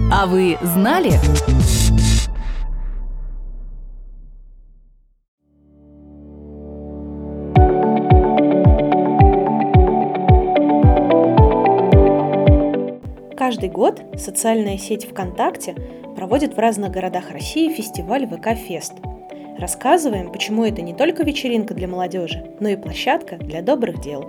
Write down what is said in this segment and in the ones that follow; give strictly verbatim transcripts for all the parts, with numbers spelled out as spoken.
А вы знали? Каждый год социальная сеть ВКонтакте проводит в разных городах России фестиваль ВК-фест. Рассказываем, почему это не только вечеринка для молодежи, но и площадка для добрых дел.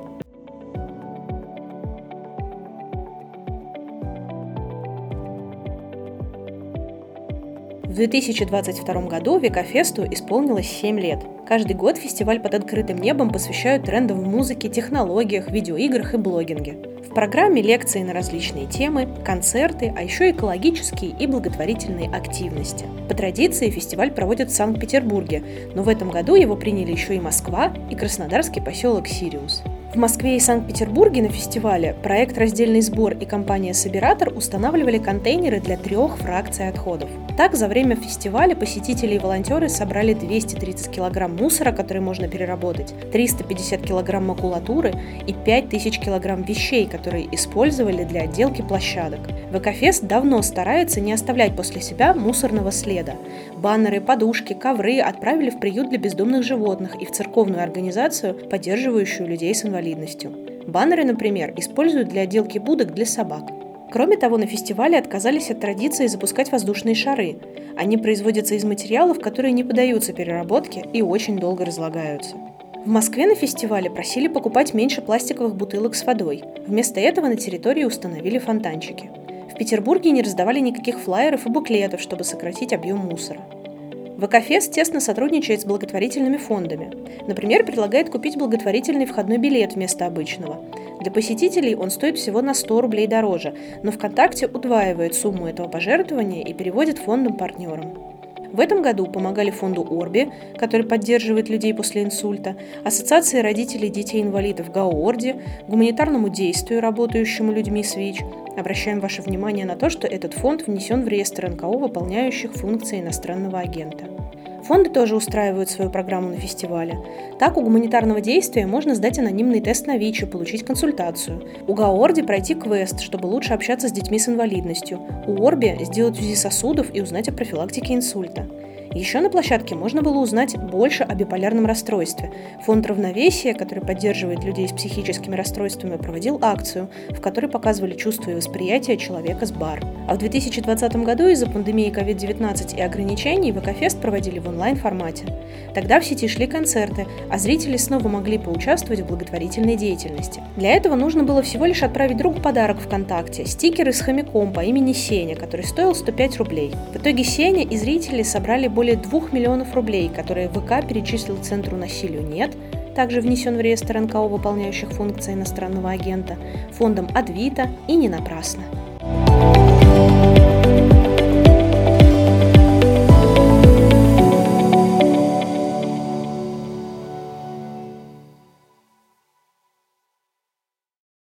В две тысячи двадцать втором году ВК-фесту исполнилось семь лет. Каждый год фестиваль под открытым небом посвящают трендам в музыке, технологиях, видеоиграх и блогинге. В программе лекции на различные темы, концерты, а еще экологические и благотворительные активности. По традиции фестиваль проводят в Санкт-Петербурге, но в этом году его приняли еще и Москва и краснодарский поселок Сириус. В Москве и Санкт-Петербурге на фестивале проект «Раздельный сбор» и компания «Собиратор» устанавливали контейнеры для трех фракций отходов. Так, за время фестиваля посетители и волонтеры собрали двести тридцать килограмм мусора, который можно переработать, триста пятьдесят килограмм макулатуры и пять тысяч килограмм вещей, которые использовали для отделки площадок. ВК-фест давно старается не оставлять после себя мусорного следа. Баннеры, подушки, ковры отправили в приют для бездомных животных и в церковную организацию, поддерживающую людей с инвалидностью. Баннеры, например, используют для отделки будок для собак. Кроме того, на фестивале отказались от традиции запускать воздушные шары. Они производятся из материалов, которые не поддаются переработке и очень долго разлагаются. В Москве на фестивале просили покупать меньше пластиковых бутылок с водой. Вместо этого на территории установили фонтанчики. В Петербурге не раздавали никаких флаеров и буклетов, чтобы сократить объем мусора. ВК-фест тесно сотрудничает с благотворительными фондами. Например, предлагает купить благотворительный входной билет вместо обычного. Для посетителей он стоит всего на сто рублей дороже, но ВКонтакте удваивает сумму этого пожертвования и переводит фондам-партнерам. В этом году помогали фонду Орби, который поддерживает людей после инсульта, Ассоциации родителей детей-инвалидов ГАО-Орди, гуманитарному действию, работающему людьми с ВИЧ. Обращаем ваше внимание на то, что этот фонд внесен в реестр эн ка о, выполняющих функции иностранного агента. Фонды тоже устраивают свою программу на фестивале. Так, у гуманитарного действия можно сдать анонимный тест на ВИЧ и получить консультацию. У ГАО-Орди пройти квест, чтобы лучше общаться с детьми с инвалидностью. У Орби сделать УЗИ сосудов и узнать о профилактике инсульта. Еще на площадке можно было узнать больше о биполярном расстройстве. Фонд «Равновесие», который поддерживает людей с психическими расстройствами, проводил акцию, в которой показывали чувства и восприятие человека с БАР. А в две тысячи двадцатом году из-за пандемии ковид девятнадцать и ограничений ВК-фест проводили в онлайн-формате. Тогда в сети шли концерты, а зрители снова могли поучаствовать в благотворительной деятельности. Для этого нужно было всего лишь отправить другу подарок ВКонтакте – стикеры с хомяком по имени Сеня, который стоил сто пять рублей. В итоге Сеня и зрители собрали более двух миллионов рублей, которые ВК перечислил Центру насилию «Нет», также внесен в реестр эн ка о, выполняющих функции иностранного агента, фондом «Адвита» и «Не напрасно».